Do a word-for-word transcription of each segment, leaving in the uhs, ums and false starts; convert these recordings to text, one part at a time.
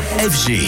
F G.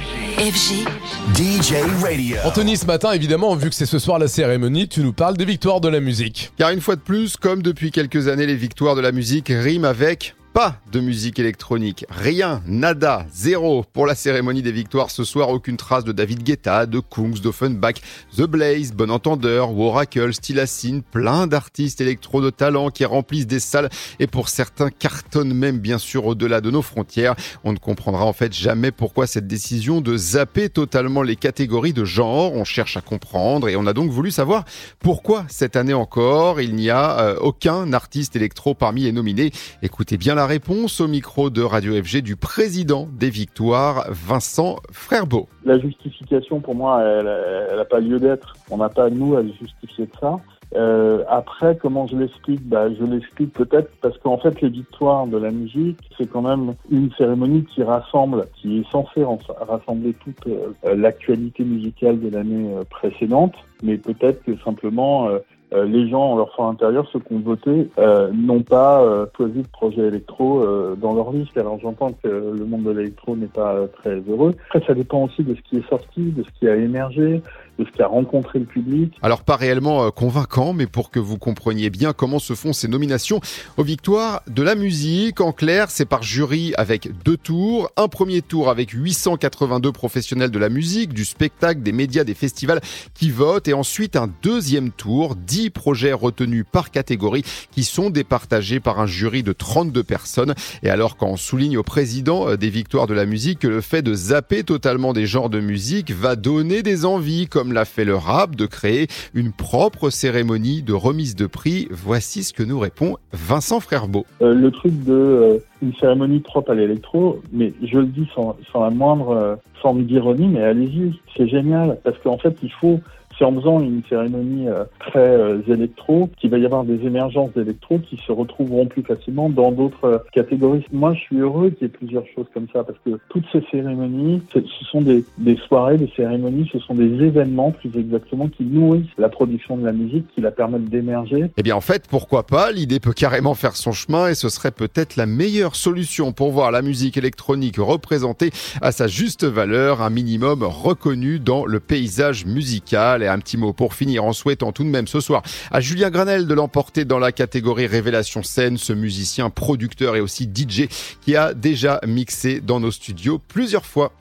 F G. D J Radio. Anthony, ce matin, évidemment, vu que c'est ce soir la cérémonie, tu nous parles des victoires de la musique. Car une fois de plus, comme depuis quelques années, les victoires de la musique riment avec pas de musique électronique. Rien, nada, zéro. Pour la cérémonie des victoires ce soir, aucune trace de David Guetta, de Kungs, d'Offenbach, The Blaze, Bon Entendeur, Oracle, Stilacine, plein d'artistes électro de talent qui remplissent des salles et pour certains cartonnent même bien sûr au-delà de nos frontières. On ne comprendra en fait jamais pourquoi cette décision de zapper totalement les catégories de genre. On cherche à comprendre et on a donc voulu savoir pourquoi cette année encore il n'y a euh, aucun artiste électro parmi les nominés. Écoutez bien la La réponse au micro de Radio F G du président des victoires, Vincent Frerbeau. La justification, pour moi, elle n'a pas lieu d'être. On n'a pas, nous, à justifier de ça. Euh, après, comment je l'explique ? Bah, je l'explique peut-être parce qu'en fait, les victoires de la musique, c'est quand même une cérémonie qui rassemble, qui est censée rassembler toute euh, l'actualité musicale de l'année euh, précédente, mais peut-être que simplement... Euh, Euh, les gens, en leur fort intérieur, ceux qui ont voté, euh, n'ont pas euh, choisi de projet électro euh, dans leur liste. Alors j'entends que le monde de l'électro n'est pas euh, très heureux. Après, ça dépend aussi de ce qui est sorti, de ce qui a émergé, de ce qui a rencontré le public. Alors pas réellement euh, convaincant, mais pour que vous compreniez bien comment se font ces nominations aux victoires de la musique, en clair, c'est par jury avec deux tours. Un premier tour avec huit cent quatre-vingt-deux professionnels de la musique, du spectacle, des médias, des festivals qui votent. Et ensuite un deuxième tour, dix projets retenus par catégorie qui sont départagés par un jury de trente-deux personnes. Et alors quand on souligne au président des victoires de la musique que le fait de zapper totalement des genres de musique va donner des envies, comme l'a fait le rap, de créer une propre cérémonie de remise de prix. Voici ce que nous répond Vincent Frerbeau. Euh, le truc de euh, une cérémonie propre à l'électro, mais je le dis sans, sans la moindre euh, forme d'ironie, mais allez-y, c'est génial, parce qu'en fait il faut... C'est en faisant une cérémonie euh, très euh, électro qu'il va y avoir des émergences d'électro qui se retrouveront plus facilement dans d'autres euh, catégories. Moi, je suis heureux qu'il y ait plusieurs choses comme ça parce que toutes ces cérémonies, ce sont des, des soirées, des cérémonies, ce sont des événements plus exactement qui nourrissent la production de la musique, qui la permettent d'émerger. Eh bien, en fait, pourquoi pas ? L'idée peut carrément faire son chemin et ce serait peut-être la meilleure solution pour voir la musique électronique représentée à sa juste valeur, un minimum reconnu dans le paysage musical. Et un petit mot pour finir en souhaitant tout de même ce soir à Julien Granel de l'emporter dans la catégorie Révélation Scène, ce musicien, producteur et aussi D J qui a déjà mixé dans nos studios plusieurs fois.